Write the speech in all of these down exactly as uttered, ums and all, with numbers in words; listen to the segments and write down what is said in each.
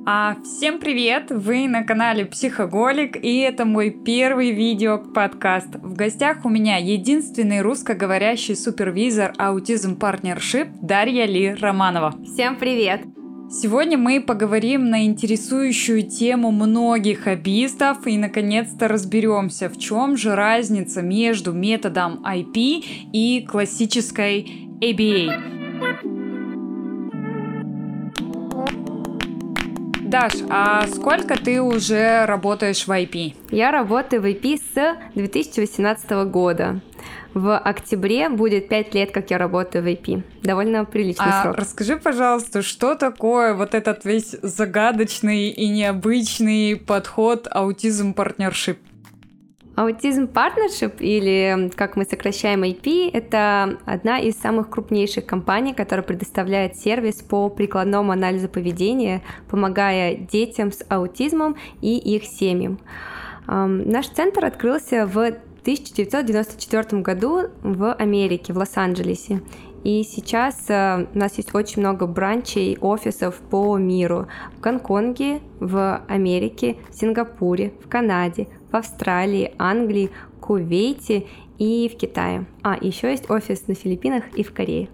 А, всем привет! Вы на канале Психоголик, и это мой первый видео-подкаст. В гостях у меня единственный русскоговорящий супервизор Autism Partnership Дарья Ли Романова. Всем привет! Сегодня мы поговорим на интересующую тему многих хоббистов и наконец-то разберемся, в чем же разница между методом ай пи и классической эй би эй. Даш, а сколько ты уже работаешь в ай пи? Я работаю в ай пи с две тысячи восемнадцатого года. В октябре будет пять лет, как я работаю в ай пи. Довольно приличный а срок. Расскажи, пожалуйста, что такое вот этот весь загадочный и необычный подход Autism Partnership? Autism Partnership, или как мы сокращаем ай пи, это одна из самых крупнейших компаний, которая предоставляет сервис по прикладному анализу поведения, помогая детям с аутизмом и их семьям. Наш центр открылся в тысяча девятьсот девяносто четвёртом году в Америке, в Лос-Анджелесе. И сейчас э, у нас есть очень много бранчей, офисов по миру. В Гонконге, в Америке, в Сингапуре, в Канаде, в Австралии, Англии, Кувейте и в Китае. А, еще есть офис на Филиппинах и в Корее.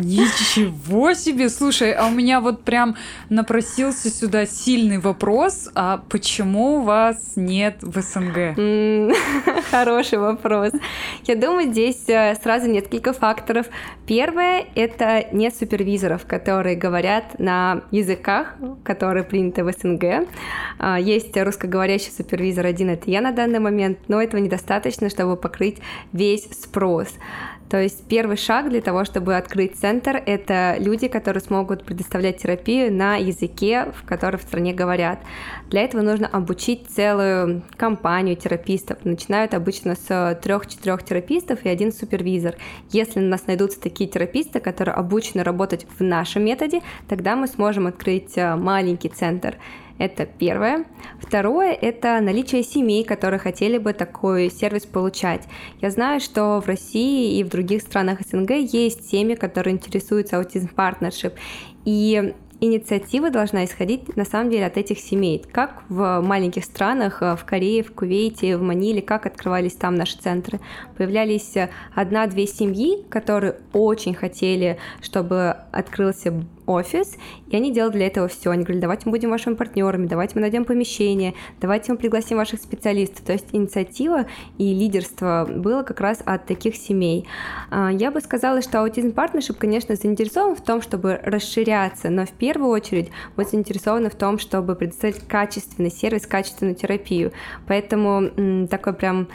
Ничего себе! Слушай, а у меня вот прям напросился сюда сильный вопрос, а почему у вас нет в эс эн гэ? Хороший вопрос. Я думаю, здесь сразу несколько факторов. Первое — это нет супервизоров, которые говорят на языках, которые приняты в эс эн гэ. Есть русскоговорящий супервизор один, это я на данный момент, но этого недостаточно, чтобы покрыть весь спрос. То есть первый шаг для того, чтобы открыть центр, это люди, которые смогут предоставлять терапию на языке, в котором в стране говорят. Для этого нужно обучить целую компанию терапистов. Начинают обычно с трех-четырех терапистов и один супервизор. Если у нас найдутся такие тераписты, которые обучены работать в нашем методе, тогда мы сможем открыть маленький центр. Это первое. Второе — это наличие семей, которые хотели бы такой сервис получать. Я знаю, что в России и в других странах эс эн гэ есть семьи, которые интересуются Autism Partnership. И инициатива должна исходить, на самом деле, от этих семей. Как в маленьких странах, в Корее, в Кувейте, в Маниле, как открывались там наши центры. Появлялись одна-две семьи, которые очень хотели, чтобы открылся офис, и они делали для этого все. Они говорили: давайте мы будем вашими партнерами, давайте мы найдем помещение, давайте мы пригласим ваших специалистов. То есть инициатива и лидерство было как раз от таких семей. Я бы сказала, что Autism Partnership, конечно, заинтересован в том, чтобы расширяться, но в первую очередь мы заинтересованы в том, чтобы предоставить качественный сервис, качественную терапию. Поэтому м, такой прям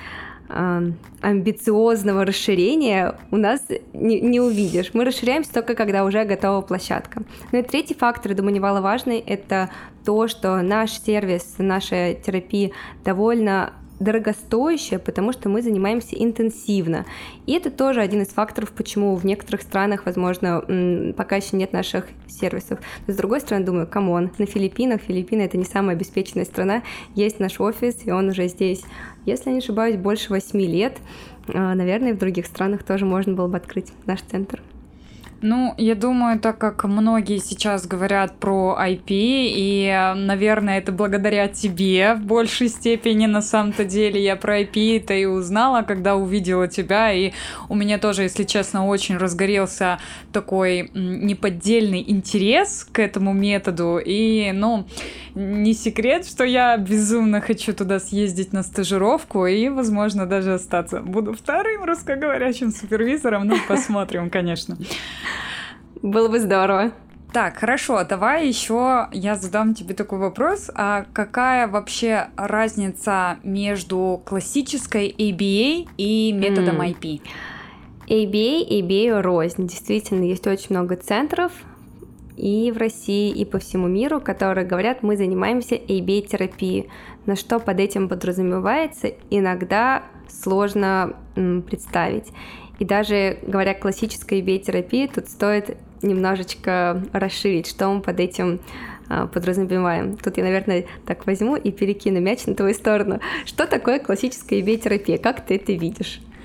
амбициозного расширения у нас не, не увидишь. Мы расширяемся только когда уже готова площадка. Ну и третий фактор, я думаю, немаловажный, это то, что наш сервис, наша терапия довольно дорогостоящая, потому что мы занимаемся интенсивно. И это тоже один из факторов, почему в некоторых странах, возможно, пока еще нет наших сервисов. Но с другой стороны, думаю, камон, на Филиппинах, Филиппины — это не самая обеспеченная страна, есть наш офис, и он уже здесь. Если я не ошибаюсь, больше восьми лет. Наверное, в других странах тоже можно было бы открыть наш центр. Ну, я думаю, так как многие сейчас говорят про ай пи, и, наверное, это благодаря тебе в большей степени, на самом-то деле, я про ай пи-то и узнала, когда увидела тебя, и у меня тоже, если честно, очень разгорелся такой неподдельный интерес к этому методу, и, ну, не секрет, что я безумно хочу туда съездить на стажировку и, возможно, даже остаться. Буду вторым русскоговорящим супервизором, ну, посмотрим, конечно. Было бы здорово. Так, хорошо, давай еще я задам тебе такой вопрос. А какая вообще разница между классической эй би эй и методом ай пи? эй би эй, эй би эй рознь. Действительно, есть очень много центров и в России, и по всему миру, которые говорят: мы занимаемся эй би эй-терапией. Но что под этим подразумевается, иногда сложно м, представить. И даже говоря классической эй би эй-терапии, тут стоит немножечко расширить, что мы под этим а, подразумеваем. Тут я, наверное, так возьму и перекину мяч на твою сторону. Что такое классическая эй би эй-терапия? Как ты это видишь?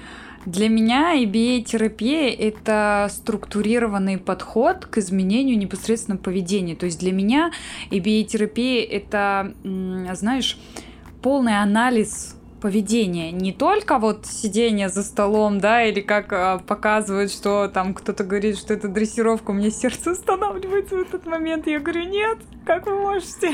Для меня и би эй-терапия — это структурированный подход к изменению непосредственно поведения. То есть для меня и би эй-терапия — это, знаешь, полный анализ поведения. Не только вот сидение за столом, да, или как а, показывают, что там кто-то говорит, что это дрессировка, у меня сердце останавливается в этот момент. Я говорю, нет, как вы можете?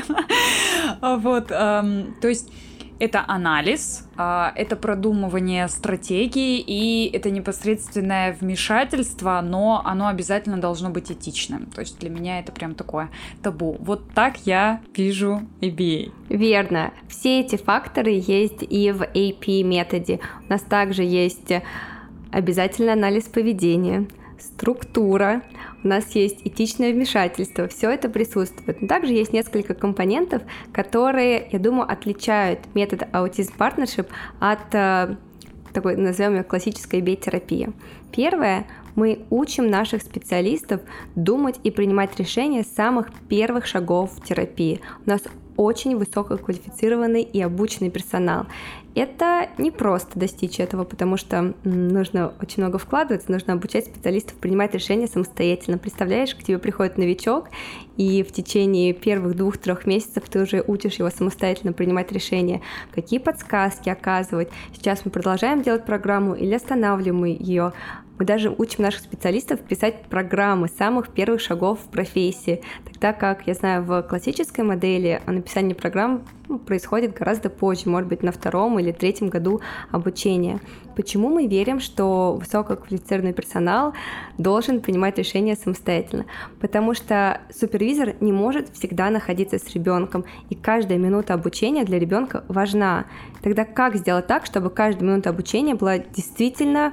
Вот, то есть это анализ, это продумывание стратегии и это непосредственное вмешательство, но оно обязательно должно быть этичным. То есть для меня это прям такое табу. Вот так я вижу и би эй. Верно. Все эти факторы есть и в эй пи методе. У нас также есть обязательный анализ поведения, структура, у нас есть этичное вмешательство, все это присутствует. Но также есть несколько компонентов, которые, я думаю, отличают метод Autism Partnership от э, такой, назовем ее, классической би эй-терапии. Первое, мы учим наших специалистов думать и принимать решения с самых первых шагов в терапии. У нас очень высококвалифицированный и обученный персонал. Это не просто достичь этого, потому что нужно очень много вкладываться, нужно обучать специалистов принимать решения самостоятельно. Представляешь, к тебе приходит новичок, и в течение первых двух-трех месяцев ты уже учишь его самостоятельно принимать решения, какие подсказки оказывать. Сейчас мы продолжаем делать программу или останавливаем ее. Мы даже учим наших специалистов писать программы самых первых шагов в профессии, тогда как, я знаю, в классической модели написание программ происходит гораздо позже, может быть, на втором или третьем году обучения. Почему мы верим, что высококвалифицированный персонал должен принимать решения самостоятельно? Потому что супервизор не может всегда находиться с ребенком, и каждая минута обучения для ребенка важна. Тогда как сделать так, чтобы каждая минута обучения была действительно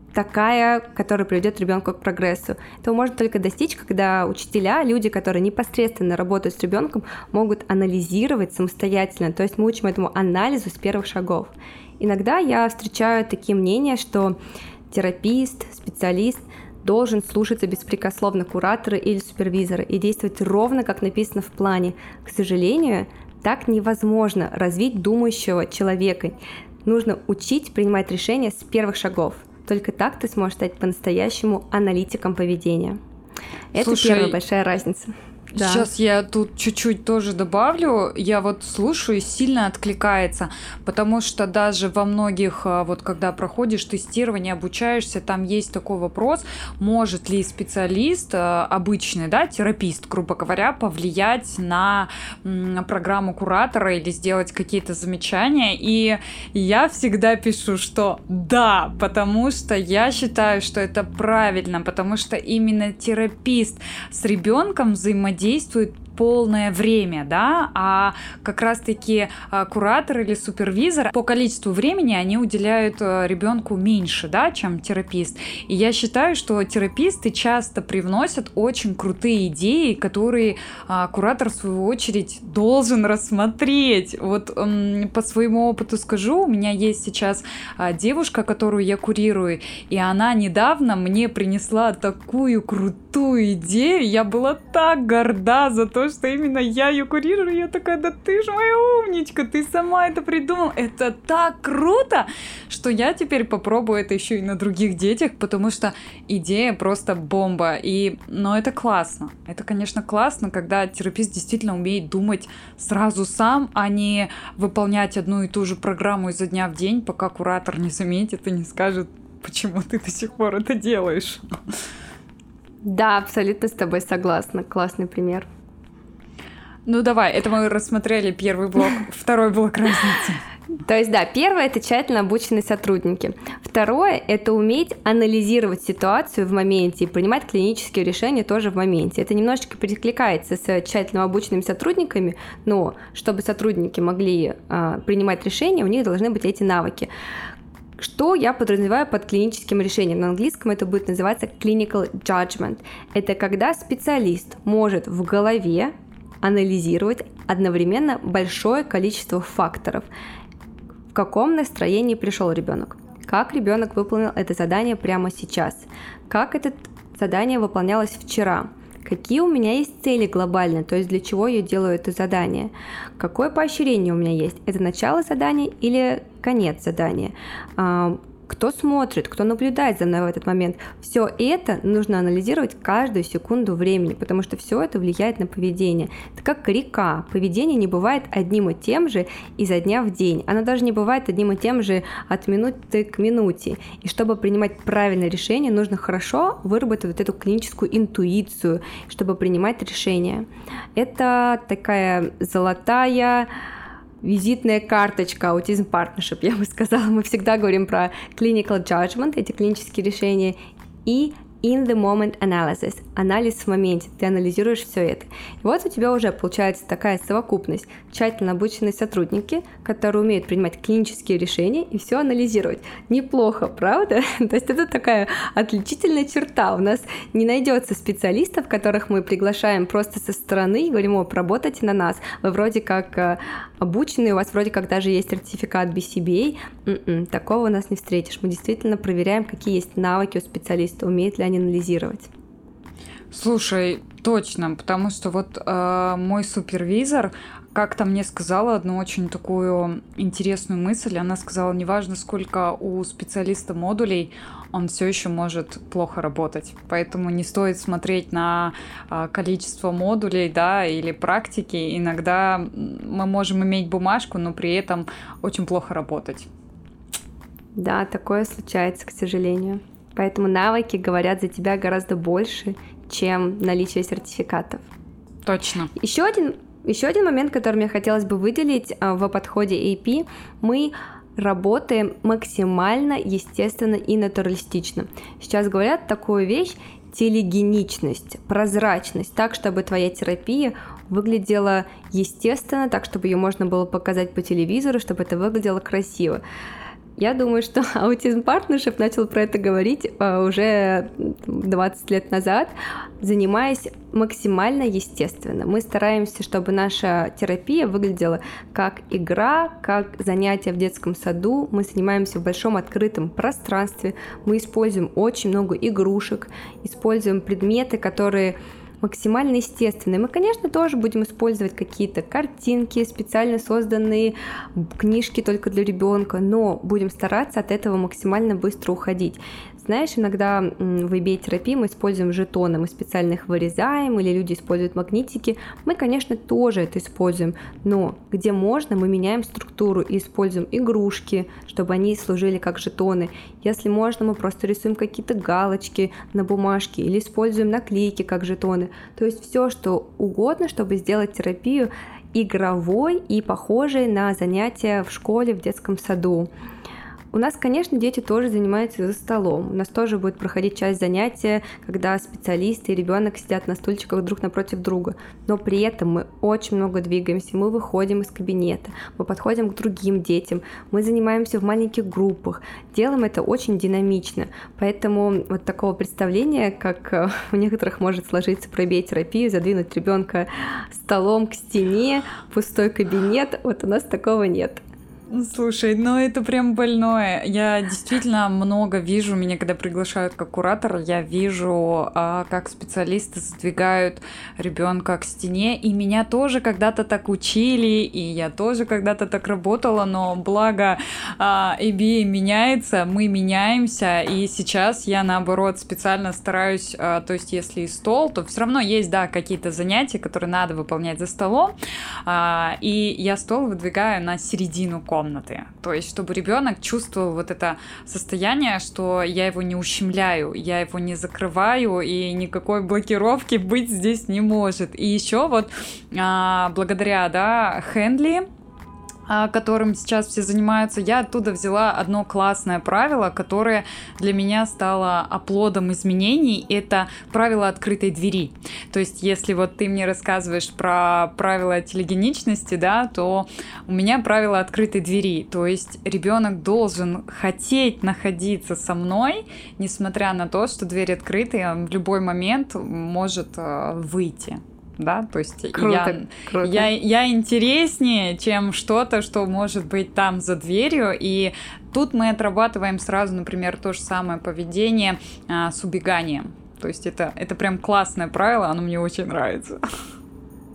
такая, которая приведет ребенка к прогрессу? Этого можно только достичь, когда учителя, люди, которые непосредственно работают с ребенком, могут анализировать самостоятельно. То есть мы учим этому анализу с первых шагов. Иногда я встречаю такие мнения, что терапист, специалист должен слушаться беспрекословно куратора или супервизора и действовать ровно, как написано в плане. К сожалению, так невозможно развить думающего человека. Нужно учить принимать решения с первых шагов. Только так ты сможешь стать по-настоящему аналитиком поведения. Это Слушай, первая большая разница. Да. Сейчас я тут чуть-чуть тоже добавлю. Я вот слушаю, и сильно откликается, потому что даже во многих, вот когда проходишь тестирование, обучаешься, там есть такой вопрос, может ли специалист, обычный, да, терапист, грубо говоря, повлиять на программу куратора или сделать какие-то замечания. И я всегда пишу, что да, потому что я считаю, что это правильно, потому что именно терапист с ребенком взаимодействует действует полное время, да, а как раз-таки куратор или супервизор по количеству времени они уделяют ребенку меньше, да, чем терапист. И я считаю, что тераписты часто привносят очень крутые идеи, которые а, куратор в свою очередь должен рассмотреть. Вот м, по своему опыту скажу, у меня есть сейчас а, девушка, которую я курирую, и она недавно мне принесла такую крутую идею, я была так горда за то, что именно я ее курирую. Я такая, да ты же моя умничка, ты сама это придумал. Это так круто, что я теперь попробую это еще и на других детях, потому что идея просто бомба. И, но это классно. Это, конечно, классно, когда терапевт действительно умеет думать сразу сам, а не выполнять одну и ту же программу изо дня в день, пока куратор не заметит и не скажет, почему ты до сих пор это делаешь. Да, абсолютно с тобой согласна. Классный пример. Ну давай, это мы рассмотрели первый блок, второй блок разницы. То есть, да, первое — это тщательно обученные сотрудники. Второе — это уметь анализировать ситуацию в моменте и принимать клинические решения тоже в моменте. Это немножечко перекликается с тщательно обученными сотрудниками, но чтобы сотрудники могли а, принимать решения, у них должны быть эти навыки. Что я подразумеваю под клиническим решением? На английском это будет называться clinical judgment. Это когда специалист может в голове анализировать одновременно большое количество факторов. В каком настроении пришел ребенок? Как ребенок выполнил это задание прямо сейчас? Как это задание выполнялось вчера? Какие у меня есть цели глобальные, то есть для чего я делаю это задание? Какое поощрение у меня есть? Это начало задания или конец задания? кто смотрит, кто наблюдает за мной в этот момент. Все это нужно анализировать каждую секунду времени, потому что все это влияет на поведение. Это как река. Поведение не бывает одним и тем же изо дня в день. Оно даже не бывает одним и тем же от минуты к минуте. И чтобы принимать правильное решение, нужно хорошо выработать вот эту клиническую интуицию, чтобы принимать решения. Это такая золотая визитная карточка Autism Partnership, я бы сказала. Мы всегда говорим про clinical judgment, эти клинические решения, и in the moment analysis, анализ в моменте, ты анализируешь все это. И вот у тебя уже получается такая совокупность, тщательно обученные сотрудники, которые умеют принимать клинические решения и все анализировать. Неплохо, правда? То есть это такая отличительная черта. У нас не найдется специалистов, которых мы приглашаем просто со стороны и говорим: о, поработайте на нас. Вы вроде как обученные, у вас вроде как даже есть сертификат би си би эй. М-м, такого у нас не встретишь. Мы действительно проверяем, какие есть навыки у специалиста, умеет ли они анализировать. Слушай, точно, потому что вот э, мой супервизор как-то мне сказала одну очень такую интересную мысль. Она сказала: неважно, сколько у специалиста модулей, он все еще может плохо работать. Поэтому не стоит смотреть на э, количество модулей, да, или практики. Иногда мы можем иметь бумажку, но при этом очень плохо работать. Да, такое случается, к сожалению. Поэтому навыки говорят за тебя гораздо больше, чем наличие сертификатов. Точно. Еще один, еще один момент, который мне хотелось бы выделить в подходе эй пи, мы работаем максимально естественно и натуралистично. Сейчас говорят такую вещь: телегеничность, прозрачность, так, чтобы твоя терапия выглядела естественно, так, чтобы ее можно было показать по телевизору, чтобы это выглядело красиво. Я думаю, что Autism Partnership начал про это говорить уже двадцать лет назад, занимаясь максимально естественно. Мы стараемся, чтобы наша терапия выглядела как игра, как занятие в детском саду. Мы занимаемся в большом открытом пространстве. Мы используем очень много игрушек, используем предметы, которые максимально естественные. Мы, конечно, тоже будем использовать какие-то картинки, специально созданные книжки только для ребенка, но будем стараться от этого максимально быстро уходить. Знаешь, иногда в эй би эй-терапии мы используем жетоны, мы специально их вырезаем, или люди используют магнитики. Мы, конечно, тоже это используем, но где можно, мы меняем структуру и используем игрушки, чтобы они служили как жетоны. Если можно, мы просто рисуем какие-то галочки на бумажке или используем наклейки как жетоны. То есть все, что угодно, чтобы сделать терапию игровой и похожей на занятия в школе, в детском саду. У нас, конечно, дети тоже занимаются за столом. У нас тоже будет проходить часть занятия, когда специалисты и ребенок сидят на стульчиках друг напротив друга. Но при этом мы очень много двигаемся. Мы выходим из кабинета, мы подходим к другим детям, мы занимаемся в маленьких группах. Делаем это очень динамично. Поэтому вот такого представления, как у некоторых может сложиться про эй би эй-терапию, задвинуть ребенка столом к стене, пустой кабинет, вот у нас такого нет. Слушай, ну это прям больное. Я действительно много вижу, меня когда приглашают как куратора, я вижу, как специалисты сдвигают ребенка к стене, и меня тоже когда-то так учили, и я тоже когда-то так работала, но благо эй би эй меняется, мы меняемся, и сейчас я наоборот специально стараюсь, то есть если и стол, то все равно есть, да, какие-то занятия, которые надо выполнять за столом, и я стол выдвигаю на середину комнаты. Комнаты. То есть, чтобы ребенок чувствовал вот это состояние, что я его не ущемляю, я его не закрываю, и никакой блокировки быть здесь не может. И еще вот а, благодаря, да, Handly, которым сейчас все занимаются, я оттуда взяла одно классное правило, которое для меня стало оплодом изменений. Это правило открытой двери. То есть, если вот ты мне рассказываешь про правила телегеничности, да, то у меня правило открытой двери. То есть, ребенок должен хотеть находиться со мной, несмотря на то, что дверь открыта, и он в любой момент может выйти. Да, то есть круто, я, круто. Я, я интереснее, чем что-то, что может быть там за дверью, и тут мы отрабатываем сразу, например, то же самое поведение а, с убеганием. То есть это, это прям классное правило, оно мне очень нравится.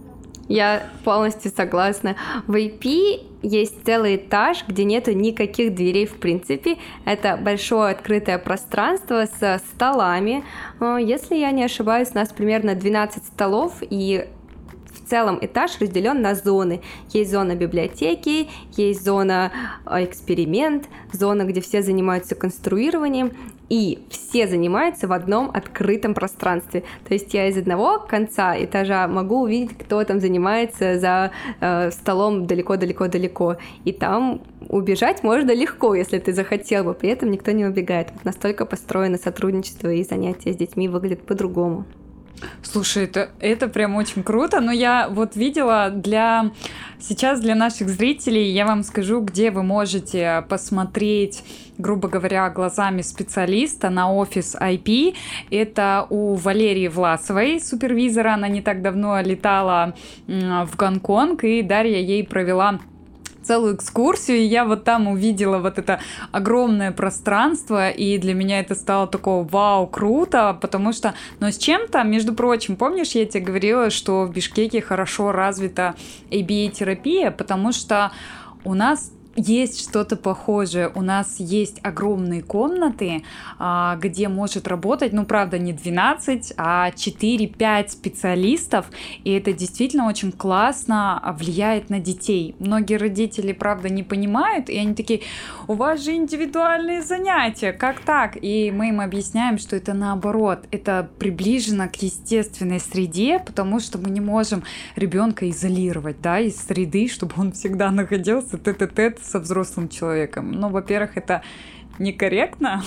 Я полностью согласна. В ай пи есть целый этаж, где нету никаких дверей в принципе. Это большое открытое пространство с столами. Если я не ошибаюсь, у нас примерно двенадцать столов, и в целом этаж разделен на зоны. Есть зона библиотеки, есть зона эксперимент, зона, где все занимаются конструированием, и все занимаются в одном открытом пространстве. То есть я из одного конца этажа могу увидеть, кто там занимается за э, столом далеко-далеко-далеко. И там убежать можно легко, если ты захотел бы, при этом никто не убегает. Вот настолько построено сотрудничество, и занятия с детьми выглядят по-другому. Слушай, это, это прям очень круто, но я вот видела для... Сейчас для наших зрителей я вам скажу, где вы можете посмотреть, грубо говоря, глазами специалиста на офис ай пи. Это у Валерии Власовой, супервизора. Она не так давно летала в Гонконг, и Дарья ей провела целую экскурсию, и я вот там увидела вот это огромное пространство, и для меня это стало такое вау, круто, потому что, но с чем-то, между прочим, помнишь, я тебе говорила, что в Бишкеке хорошо развита эй би эй-терапия, потому что у нас есть что-то похожее. У нас есть огромные комнаты, где может работать, ну, правда, не двенадцать, а четыре-пять специалистов, и это действительно очень классно влияет на детей. Многие родители, правда, не понимают, и они такие: у вас же индивидуальные занятия, как так? И мы им объясняем, что это наоборот, это приближено к естественной среде, потому что мы не можем ребенка изолировать, да, из среды, чтобы он всегда находился тет-а-тет со взрослым человеком. Ну, во-первых, это некорректно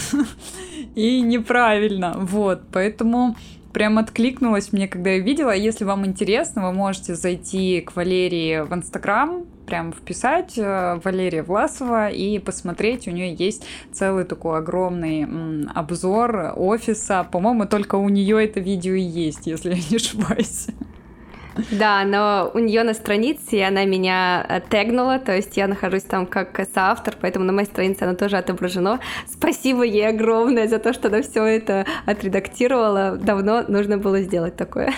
и неправильно. Вот, поэтому прям откликнулась мне, когда я видела. Если вам интересно, вы можете зайти к Валерии в Инстаграм, прям вписать Валерия Власова и посмотреть. У нее есть целый такой огромный м, обзор офиса. По-моему, только у нее это видео и есть, если я не ошибаюсь. Да, но у нее на странице она меня тегнула, то есть я нахожусь там как соавтор, поэтому на моей странице оно тоже отображено. Спасибо ей огромное за то, что она все это отредактировала. Давно нужно было сделать такое.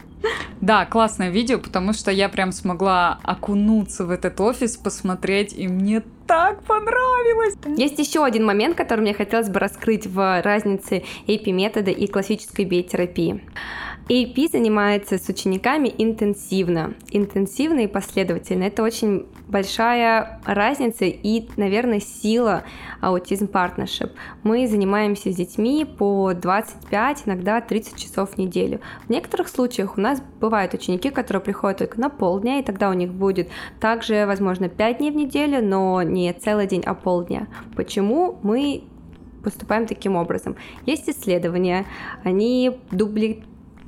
Да, классное видео, потому что я прям смогла окунуться в этот офис, посмотреть, и мне так понравилось. Есть еще один момент, который мне хотелось бы раскрыть в разнице эй пи-метода и классической биотерапии. эй пи занимается с учениками интенсивно, интенсивно и последовательно. Это очень большая разница и, наверное, сила Autism Partnership. Мы занимаемся с детьми по двадцать пять, иногда тридцать часов в неделю. В некоторых случаях у нас бывают ученики, которые приходят только на полдня, и тогда у них будет также, возможно, пять дней в неделю, но не целый день, а полдня. Почему мы поступаем таким образом? Есть исследования, они дубли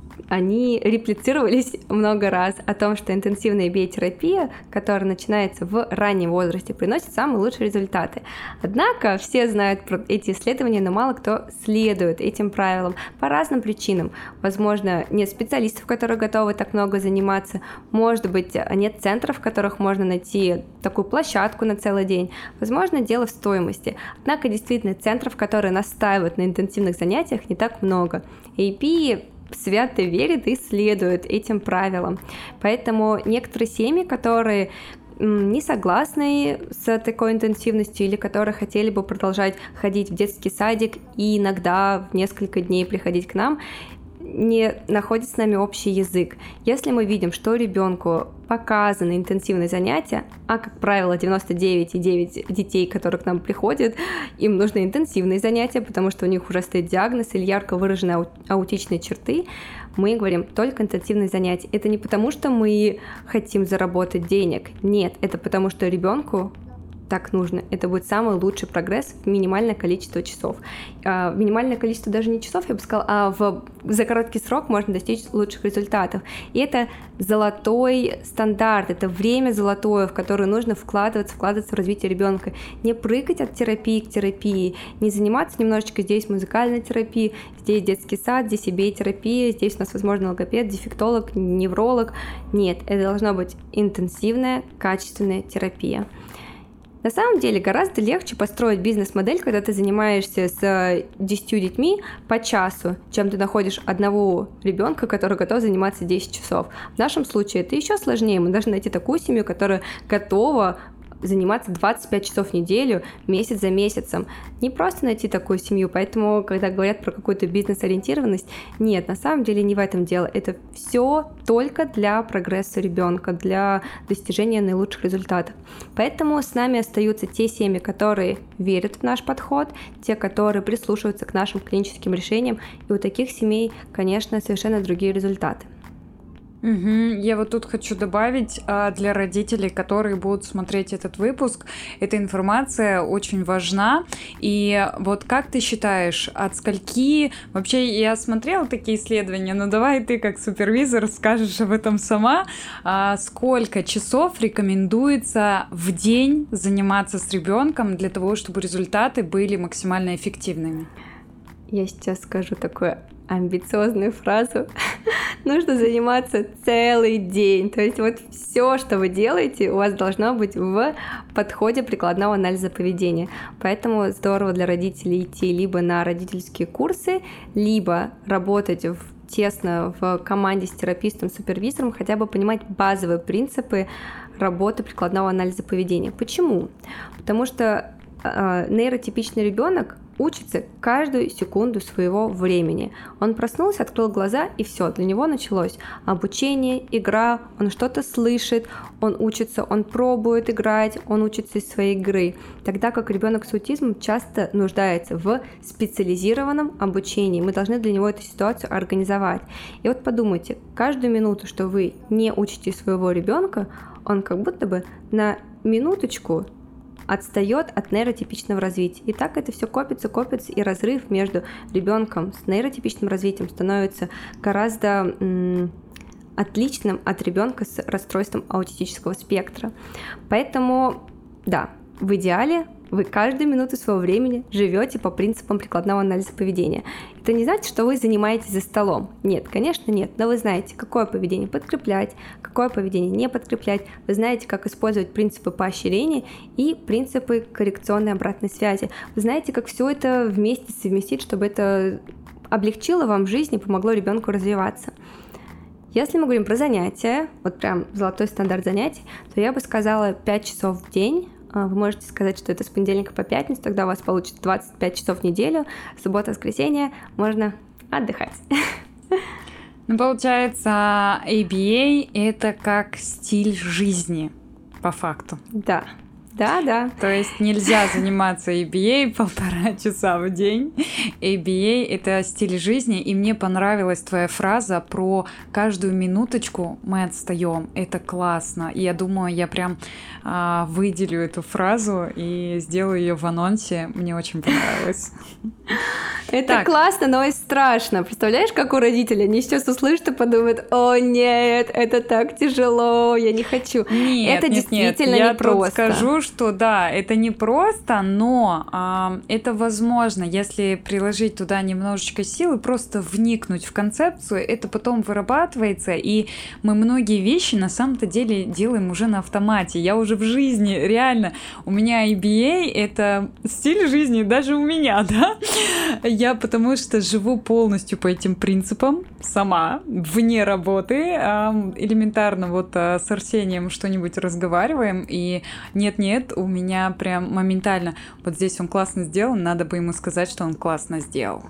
они реплицировались много раз о том, что интенсивная биотерапия, которая начинается в раннем возрасте, приносит самые лучшие результаты. Однако все знают про эти исследования, но мало кто следует этим правилам по разным причинам. Возможно, нет специалистов, которые готовы так много заниматься, может быть, нет центров, в которых можно найти такую площадку на целый день, возможно, дело в стоимости. Однако, действительно, центров, которые настаивают на интенсивных занятиях, не так много. эй пи свято верит и следует этим правилам. Поэтому некоторые семьи, которые не согласны с такой интенсивностью или которые хотели бы продолжать ходить в детский садик и иногда в несколько дней приходить к нам, не находит с нами общий язык. Если мы видим, что ребенку показаны интенсивные занятия, а, как правило, девяносто девять и девять десятых детей, которые к нам приходят, им нужны интенсивные занятия, потому что у них уже стоит диагноз или ярко выраженные ау- аутичные черты, мы говорим только интенсивные занятия. Это не потому, что мы хотим заработать денег. Нет, это потому, что ребенку так нужно. Это будет самый лучший прогресс в минимальное количество часов. А, в минимальное количество даже не часов, я бы сказала, а в, за короткий срок можно достичь лучших результатов. И это золотой стандарт, это время золотое, в которое нужно вкладываться, вкладываться в развитие ребенка. Не прыгать от терапии к терапии, не заниматься немножечко здесь музыкальной терапией, здесь детский сад, здесь и биотерапия, здесь у нас, возможно, логопед, дефектолог, невролог. Нет, это должна быть интенсивная, качественная терапия. На самом деле гораздо легче построить бизнес-модель, когда ты занимаешься с десятью детьми по часу, чем ты находишь одного ребенка, который готов заниматься десять часов. В нашем случае это еще сложнее. Мы должны найти такую семью, которая готова заниматься двадцать пять часов в неделю, месяц за месяцем. Не просто найти такую семью, поэтому, когда говорят про какую-то бизнес-ориентированность, нет, на самом деле не в этом дело. Это все только для прогресса ребенка, для достижения наилучших результатов. Поэтому с нами остаются те семьи, которые верят в наш подход, те, которые прислушиваются к нашим клиническим решениям, и у таких семей, конечно, совершенно другие результаты. Угу. Я вот тут хочу добавить, для родителей, которые будут смотреть этот выпуск, эта информация очень важна. И вот как ты считаешь, от скольки... Вообще, я смотрела такие исследования, но давай ты как супервизор скажешь об этом сама. Сколько часов рекомендуется в день заниматься с ребенком для того, чтобы результаты были максимально эффективными? Я сейчас скажу такое амбициозную фразу. Нужно заниматься целый день. То есть вот все, что вы делаете, у вас должно быть в подходе прикладного анализа поведения. Поэтому здорово для родителей идти либо на родительские курсы, либо работать в тесно в команде с терапевтом, супервизором, хотя бы понимать базовые принципы работы прикладного анализа поведения. Почему? Потому что э, нейротипичный ребенок учится каждую секунду своего времени. Он проснулся, открыл глаза, и все, для него началось обучение, игра, он что-то слышит, он учится, он пробует играть, он учится из своей игры. Тогда как ребенок с аутизмом часто нуждается в специализированном обучении. Мы должны для него эту ситуацию организовать. И вот подумайте, каждую минуту, что вы не учите своего ребенка, он как будто бы на минуточку отстает от нейротипичного развития. И так это все копится, копится, и разрыв между ребенком с нейротипичным развитием становится гораздо м- отличным от ребенка с расстройством аутистического спектра. Поэтому, да, в идеале вы каждую минуту своего времени живете по принципам прикладного анализа поведения. Это не значит, что вы занимаетесь за столом. Нет, конечно, нет. Но вы знаете, какое поведение подкреплять, какое поведение не подкреплять. Вы знаете, как использовать принципы поощрения и принципы коррекционной обратной связи. Вы знаете, как все это вместе совместить, чтобы это облегчило вам жизнь и помогло ребенку развиваться. Если мы говорим про занятия, вот прям золотой стандарт занятий, то я бы сказала пять часов в день. Вы можете сказать, что это с понедельника по пятницу, тогда у вас получится двадцать пять часов в неделю, суббота, воскресенье, можно отдыхать. Ну, получается, эй би эй — это как стиль жизни, по факту. Да. Да, да. То есть нельзя заниматься эй би эй полтора часа в день. эй би эй — это стиль жизни, и мне понравилась твоя фраза про каждую минуточку мы отстаем. Это классно. И я думаю, я прям а, выделю эту фразу и сделаю ее в анонсе. Мне очень понравилось. Это так. Классно, но и страшно. Представляешь, как у родителей? Они сейчас услышат и подумают: о нет, это так тяжело, я не хочу. Нет, это нет, действительно нет. непросто. Я тут скажу, что да, это не просто, но а, это возможно, если приложить туда немножечко сил и просто вникнуть в концепцию, это потом вырабатывается, и мы многие вещи на самом-то деле делаем уже на автомате. Я уже в жизни, реально, у меня эй би эй — это стиль жизни даже у меня, да? Я потому что живу полностью по этим принципам сама, вне работы, элементарно вот с Арсением что-нибудь разговариваем, и нет-нет, у меня прям моментально вот здесь он классно сделал, надо бы ему сказать, что он классно сделал.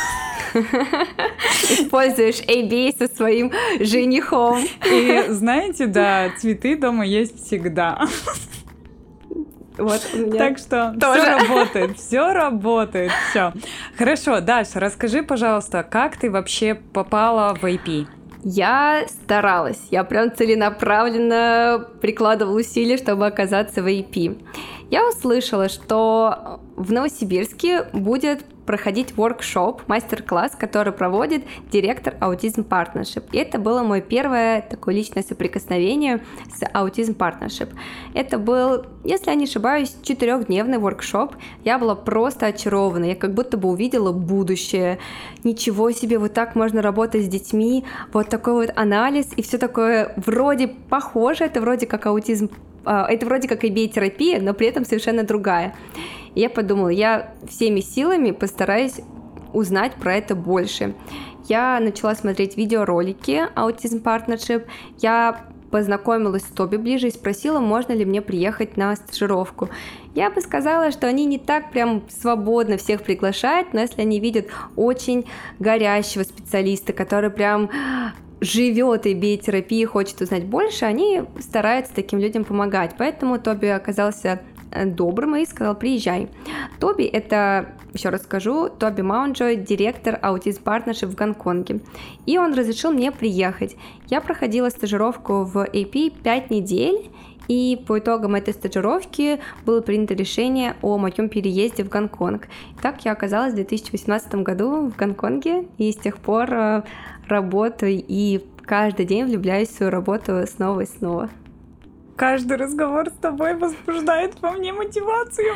Используешь эй би эй со своим женихом. И знаете, да, цветы дома есть всегда. Вот у меня так что тоже. Все работает, все работает, все. Хорошо, Даша, расскажи, пожалуйста, как ты вообще попала в эй пи? Я старалась, я прям целенаправленно прикладывала усилия, чтобы оказаться в эй пи. Я услышала, что в Новосибирске будет проходить воркшоп, мастер-класс, который проводит директор Autism Partnership. И это было мое первое такое личное соприкосновение с Autism Partnership. Это был, если я не ошибаюсь, четырехдневный воркшоп. Я была просто очарована, я как будто бы увидела будущее. Ничего себе, вот так можно работать с детьми, вот такой вот анализ, и все такое вроде похоже, это вроде как аутизм, это вроде как ай би эй-терапия, но при этом совершенно другая. И я подумала, я всеми силами постараюсь узнать про это больше. Я начала смотреть видеоролики Autism Partnership, я познакомилась с Тоби ближе и спросила, можно ли мне приехать на стажировку. Я бы сказала, что они не так прям свободно всех приглашают, но если они видят очень горящего специалиста, который прям живет ай би эй-терапией, хочет узнать больше, они стараются таким людям помогать. Поэтому Тоби оказался добрым и сказал, приезжай. Тоби, это, еще раз скажу, Тоби Маунджой, директор Autism Partnership в Гонконге. И он разрешил мне приехать. Я проходила стажировку в эй пи пять недель, и по итогам этой стажировки было принято решение о моем переезде в Гонконг. Так я оказалась в две тысячи восемнадцатом году в Гонконге, и с тех пор работаю и каждый день влюбляюсь в свою работу снова и снова. Каждый разговор с тобой возбуждает во мне мотивацию.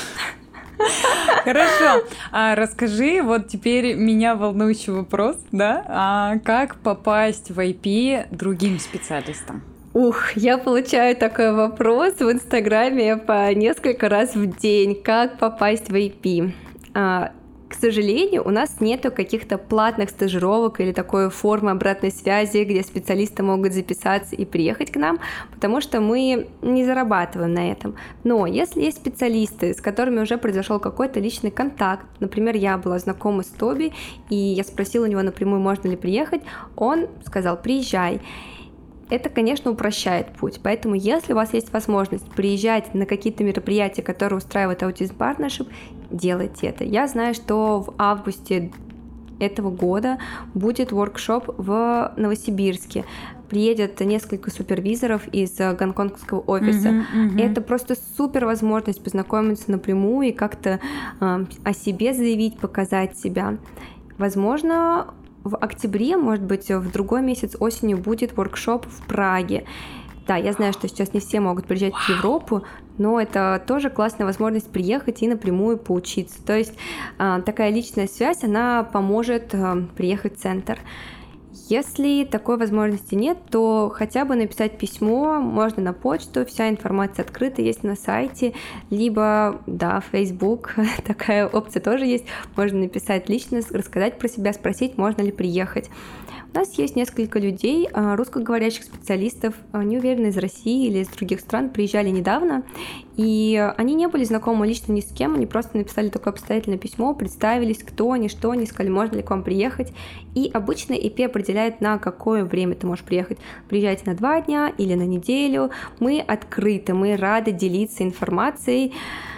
Хорошо, а расскажи, вот теперь меня волнующий вопрос, да, а как попасть в ай пи другим специалистам? Ух, я получаю такой вопрос в Инстаграме по несколько раз в день, как попасть в ай пи. А, к сожалению, у нас нету каких-то платных стажировок или такой формы обратной связи, где специалисты могут записаться и приехать к нам, потому что мы не зарабатываем на этом. Но если есть специалисты, с которыми уже произошел какой-то личный контакт, например, я была знакома с Тоби, и я спросила у него напрямую, можно ли приехать, он сказал, приезжай. Это, конечно, упрощает путь, поэтому если у вас есть возможность приезжать на какие-то мероприятия, которые устраивает Autism Partnership, делайте это. Я знаю, что в августе этого года будет воркшоп в Новосибирске. Приедет несколько супервизоров из гонконгского офиса. Mm-hmm, mm-hmm. Это просто супер возможность познакомиться напрямую и как-то э, о себе заявить, показать себя. Возможно, в октябре, может быть, в другой месяц осенью будет воркшоп в Праге. Да, я знаю, что сейчас не все могут приезжать wow. в Европу, но это тоже классная возможность приехать и напрямую поучиться. То есть такая личная связь, она поможет приехать в центр. Если такой возможности нет, то хотя бы написать письмо, можно на почту, вся информация открыта, есть на сайте, либо, да, Facebook, такая опция тоже есть, можно написать лично, рассказать про себя, спросить, можно ли приехать. У нас есть несколько людей, русскоговорящих специалистов, не уверена, из России или из других стран, приезжали недавно, и они не были знакомы лично ни с кем, они просто написали такое обстоятельное письмо, представились, кто они, что они, сказали, можно ли к вам приехать, и обычно ай пи определяет, на какое время ты можешь приехать. Приезжайте на два дня или на неделю, мы открыты, мы рады делиться информацией,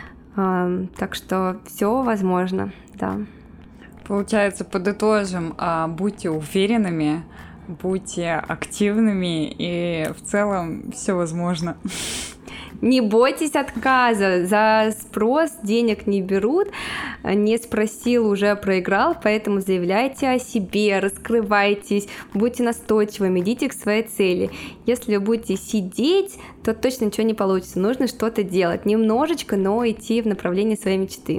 так что все возможно, да. Получается, подытожим, будьте уверенными, будьте активными, и в целом все возможно. Не бойтесь отказа, за спрос денег не берут, не спросил, уже проиграл, поэтому заявляйте о себе, раскрывайтесь, будьте настойчивыми, идите к своей цели. Если вы будете сидеть, то точно ничего не получится, нужно что-то делать, немножечко, но идти в направлении своей мечты.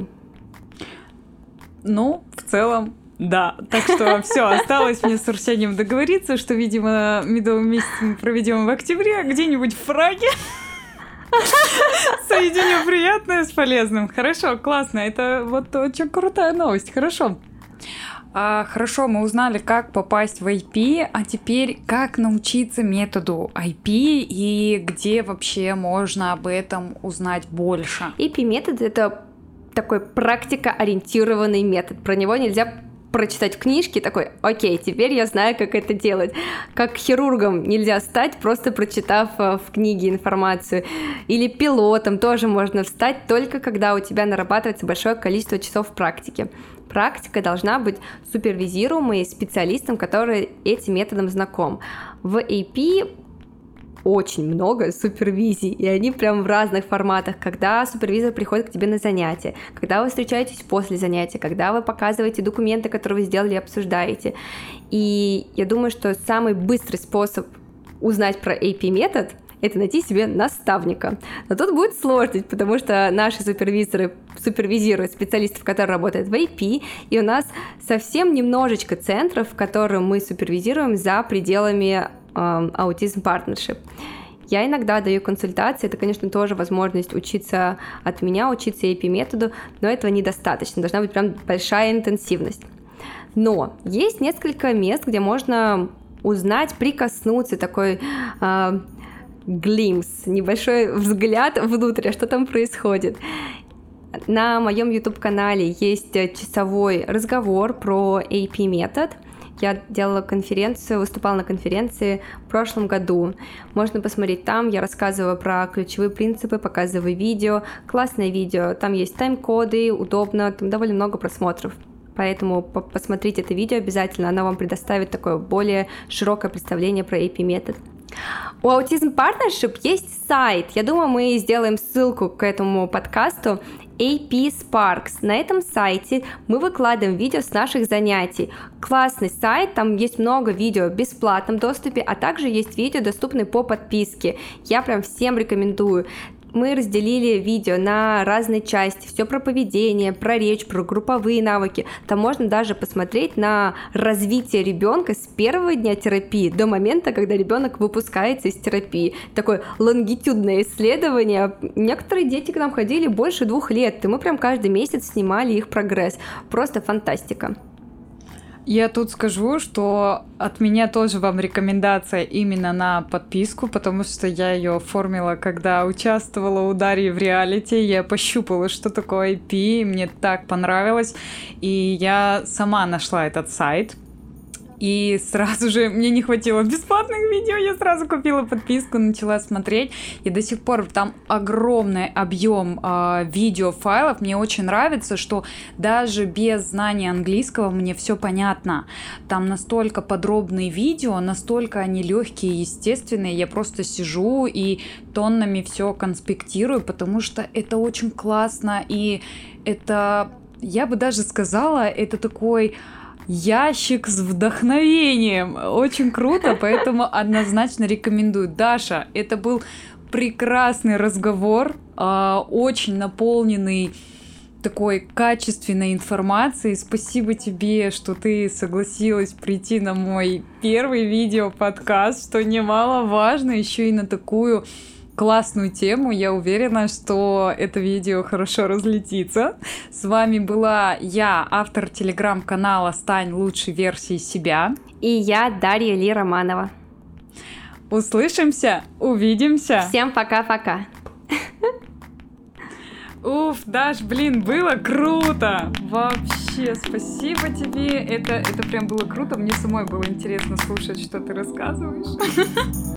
Ну, в целом, да. Так что все, осталось мне с Арсением договориться, что, видимо, медовый месяц мы проведем в октябре, где-нибудь в Праге. Соединю приятное с полезным. Хорошо, классно. Это вот очень крутая новость. Хорошо. А, хорошо, мы узнали, как попасть в ай пи, а теперь как научиться методу ай пи и где вообще можно об этом узнать больше? ай пи-метод — это такой практикоориентированный метод. Про него нельзя прочитать в книжке, такой, окей, теперь я знаю, как это делать. Как хирургом нельзя стать, просто прочитав в книге информацию. Или пилотом тоже можно стать, только когда у тебя нарабатывается большое количество часов практики. Практика должна быть супервизируемой специалистом, который этим методом знаком. В ай пи очень много супервизий, и они прям в разных форматах, когда супервизор приходит к тебе на занятие, когда вы встречаетесь после занятия, когда вы показываете документы, которые вы сделали и обсуждаете. И я думаю, что самый быстрый способ узнать про эй пи метод — это найти себе наставника. Но тут будет сложность, потому что наши супервизоры супервизируют специалистов, которые работают в эй пи, и у нас совсем немножечко центров, которые мы супервизируем за пределами э, Autism Partnership. Я иногда даю консультации, это, конечно, тоже возможность учиться от меня, учиться эй пи методу, но этого недостаточно, должна быть прям большая интенсивность. Но есть несколько мест, где можно узнать, прикоснуться, такой э, глимс, небольшой взгляд внутрь, что там происходит. На моем YouTube-канале есть часовой разговор про эй пи метод. Я делала конференцию, выступала на конференции в прошлом году. Можно посмотреть там, я рассказываю про ключевые принципы, показываю видео, классное видео, там есть тайм-коды, удобно, там довольно много просмотров. Поэтому посмотрите это видео обязательно, оно вам предоставит такое более широкое представление про эй пи метод. У Autism Partnership есть сайт, я думаю, мы сделаем ссылку к этому подкасту, эй пи Sparks. На этом сайте мы выкладываем видео с наших занятий. Классный сайт, там есть много видео в бесплатном доступе, а также есть видео, доступные по подписке. Я прям всем рекомендую. Мы разделили видео на разные части, все про поведение, про речь, про групповые навыки. Там можно даже посмотреть на развитие ребенка с первого дня терапии до момента, когда ребенок выпускается из терапии. Такое лонгитюдное исследование. Некоторые дети к нам ходили больше двух лет, и мы прям каждый месяц снимали их прогресс. Просто фантастика. Я тут скажу, что от меня тоже вам рекомендация именно на подписку, потому что я ее оформила, когда участвовала у Дарьи в реалити. Я пощупала, что такое эй пи, мне так понравилось, и я сама нашла этот сайт. И сразу же мне не хватило бесплатных видео, я сразу купила подписку, начала смотреть, и до сих пор там огромный объем э, видеофайлов. Мне очень нравится, что даже без знания английского мне все понятно. Там настолько подробные видео, настолько они легкие и естественные. Я просто сижу и тоннами все конспектирую, потому что это очень классно, и это, я бы даже сказала, это такой ящик с вдохновением. Очень круто, поэтому однозначно рекомендую. Даша, это был прекрасный разговор, очень наполненный такой качественной информацией. Спасибо тебе, что ты согласилась прийти на мой первый видео-подкаст, что немаловажно, еще и на такую классную тему. Я уверена, что это видео хорошо разлетится. С вами была я, автор телеграм-канала «Стань лучшей версией себя». И я, Дарья Ли Романова. Услышимся, увидимся. Всем пока-пока. Уф, Даш, блин, было круто! Вообще, спасибо тебе. Это, это прям было круто. Мне самой было интересно слушать, что ты рассказываешь.